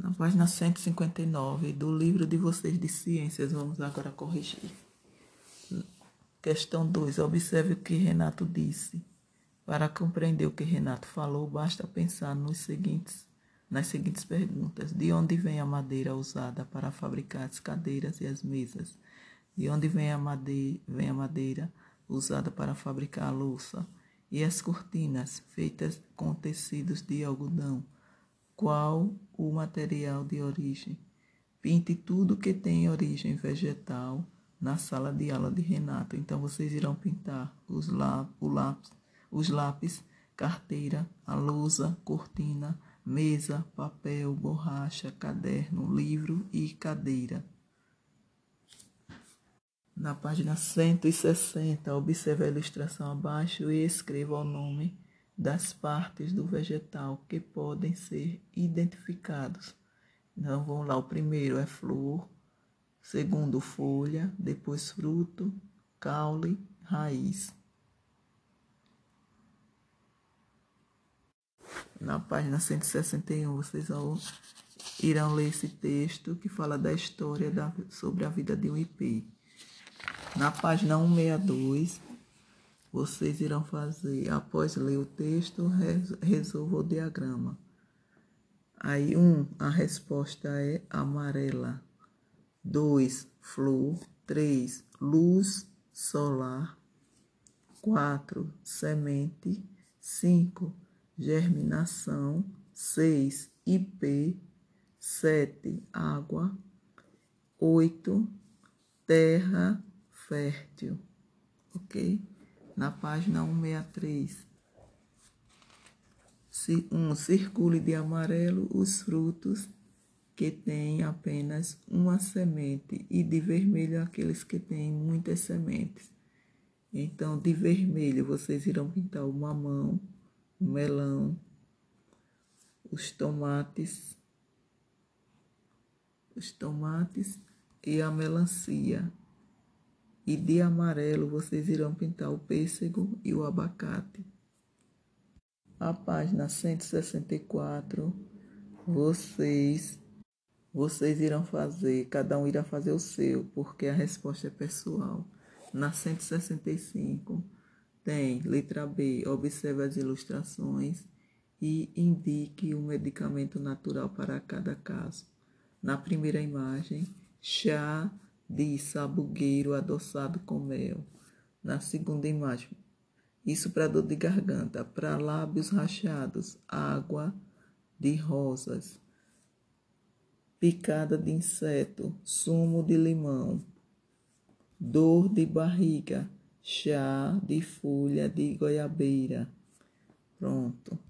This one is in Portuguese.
Na página 159 do livro de vocês de ciências, vamos agora corrigir. Questão 2. Observe o que Renato disse. Para compreender o que Renato falou, basta pensar nas seguintes perguntas. De onde vem a madeira usada para fabricar as cadeiras e as mesas? De onde vem a madeira usada para fabricar a louça? E as cortinas, feitas com tecidos de algodão? Qual o material de origem? Pinte tudo que tem origem vegetal na sala de aula de Renato. Então, vocês irão pintar os lápis, carteira, a lousa, cortina, mesa, papel, borracha, caderno, livro e cadeira. Na página 160, observe a ilustração abaixo e escreva o nome das partes do vegetal que podem ser identificados. Então, vamos lá. O primeiro é flor, segundo folha, depois fruto, caule, raiz. Na página 161, vocês irão ler esse texto que fala da história sobre a vida de um ipê. Na página 162, vocês irão fazer, após ler o texto, resolva o diagrama. Aí, a resposta é amarela. 2, flor. 3, luz solar. 4, semente. 5, germinação. 6, ipê. 7, água. 8, terra fértil. Ok? Na página 163. 1, circule de amarelo os frutos que têm apenas uma semente e de vermelho aqueles que têm muitas sementes. Então, de vermelho, vocês irão pintar o mamão, o melão, os tomates e a melancia. E de amarelo, vocês irão pintar o pêssego e o abacate. A página 164, vocês irão fazer, cada um irá fazer o seu, porque a resposta é pessoal. Na 165, tem letra B, observe as ilustrações e indique um medicamento natural para cada caso. Na primeira imagem, chá de sabugueiro adoçado com mel. Na segunda imagem, isso para dor de garganta. Para lábios rachados, água de rosas. Picada de inseto, sumo de limão. Dor de barriga, chá de folha de goiabeira. Pronto.